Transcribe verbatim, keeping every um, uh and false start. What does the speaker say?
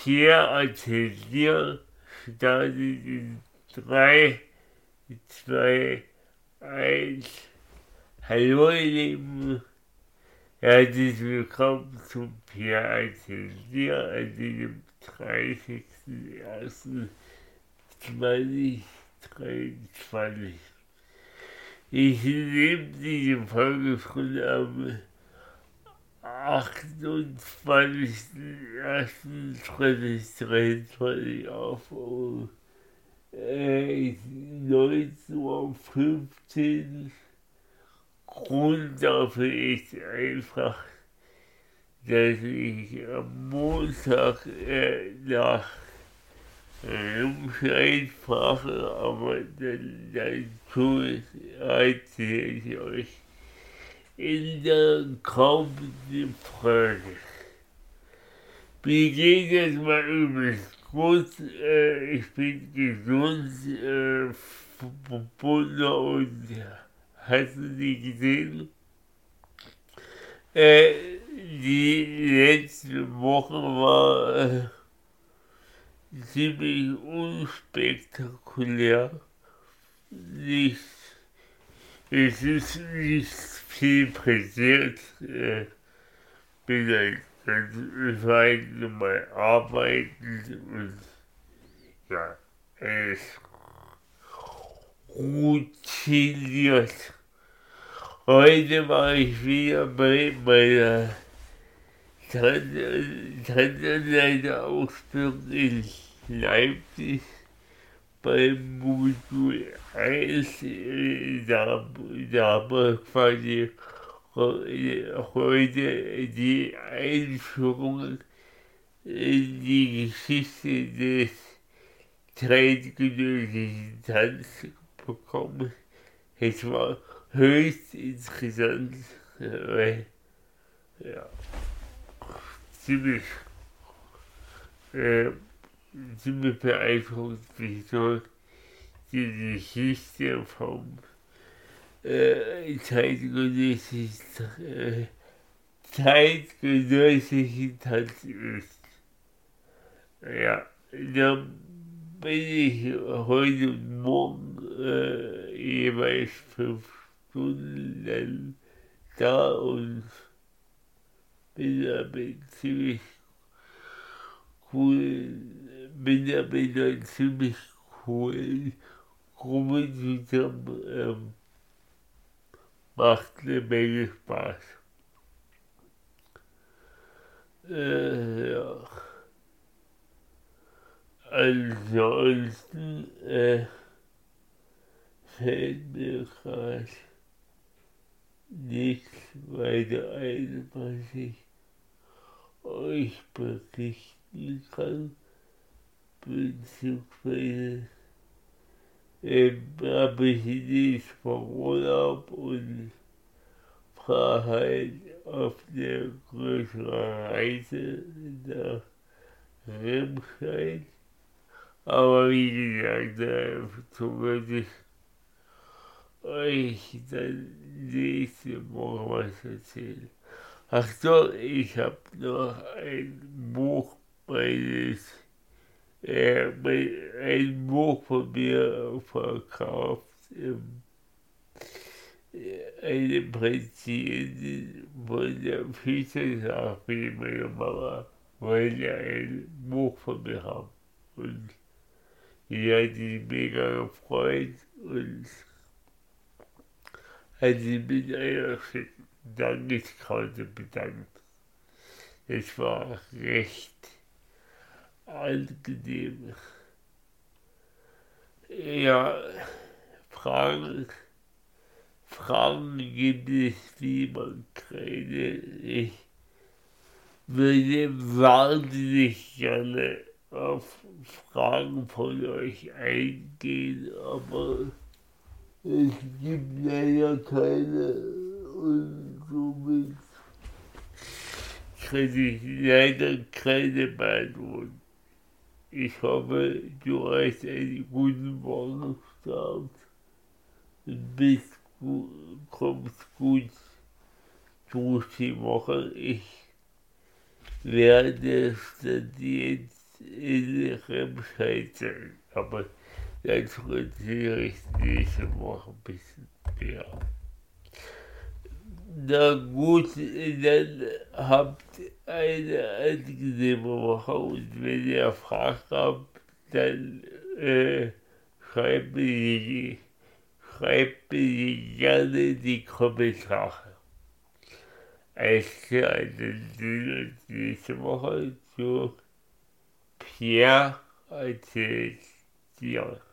Pierre Atelier startet in drei, zwei, eins. Hallo ihr Lieben, herzlich willkommen zum Pierre Atelier an dem dreißigsten ersten zweitausenddreiundzwanzig. Ich nehme diese Folge schon am achtundzwanzigsten ersten zweitausenddreiundzwanzig auf um äh, neunzehn Uhr fünfzehn. Grund dafür ist einfach, dass ich am Montag äh, nach Remscheid fahre, aber dann dazu erzähle ich euch in der kommenden Folge. Mir geht es mal übelst gut, äh, ich bin gesund, äh, Wunder und hast du die gesehen? Äh, die letzte Woche war äh, ziemlich unspektakulär. Nicht, es ist nicht viel passiert. Äh, bin halt ganz weit mal arbeiten und ja, es routiniert. Heute war ich wieder bei meiner Tanzanleiter-Ausbildung in Leipzig beim Modul eins. Da, da haben wir quasi heute die Einführung in die Geschichte des zeitgenössischen Tanzes bekommen. Es war höchst interessant, weil, ja, ziemlich, äh, ziemlich beeindruckend, wie so die Geschichte vom äh, zeitgenössischen, äh, zeitgenössischen Tanz ist. Ja, da bin ich heute und morgen äh, jeweils fünf Stunden da und bin damit ziemlich cool, bin damit eine ziemlich cool Gruppe zusammen, ähm, macht eine Menge Spaß. Äh, ja. Ansonsten äh, fällt mir gerade nichts weiter ein, was ich euch berichten kann, beziehungsweise äh, habe ich nicht vom Urlaub und fahre halt auf eine größere Reise nach Remscheid. Aber wie gesagt, dazu würde ich euch dann nächste Woche was erzählen. Ach so, ich habe noch ein Buch meines, äh, ein Buch von mir verkauft, ähm, eine Prinzessin von der Physiotherapie, meine Mama wollte ein Buch von mir haben. Und die hat sich mega gefreut und hat sich mit einer Dankeskarte bedankt. Es war recht angenehm. Ja, Fragen, Fragen gibt es wie man keine. Ich würde wahnsinnig gerne auf Fragen von euch eingehen, aber es gibt leider keine und somit kann ich leider keine beantworten. Ich hoffe, du hast einen guten Morgenstart und bist gut, kommst gut durch die Woche. Ich werde es dann jetzt in Remscheid sein, aber dazu erzähle ich nächste Woche ein bisschen mehr. Na gut, dann habt eine angenehme Woche und wenn ihr Fragen habt, dann äh, schreibt, mir, schreibt mir gerne in die Kommentare. Alles klar, dann sehen wir uns nächste Woche zu Pierre erzählt dir.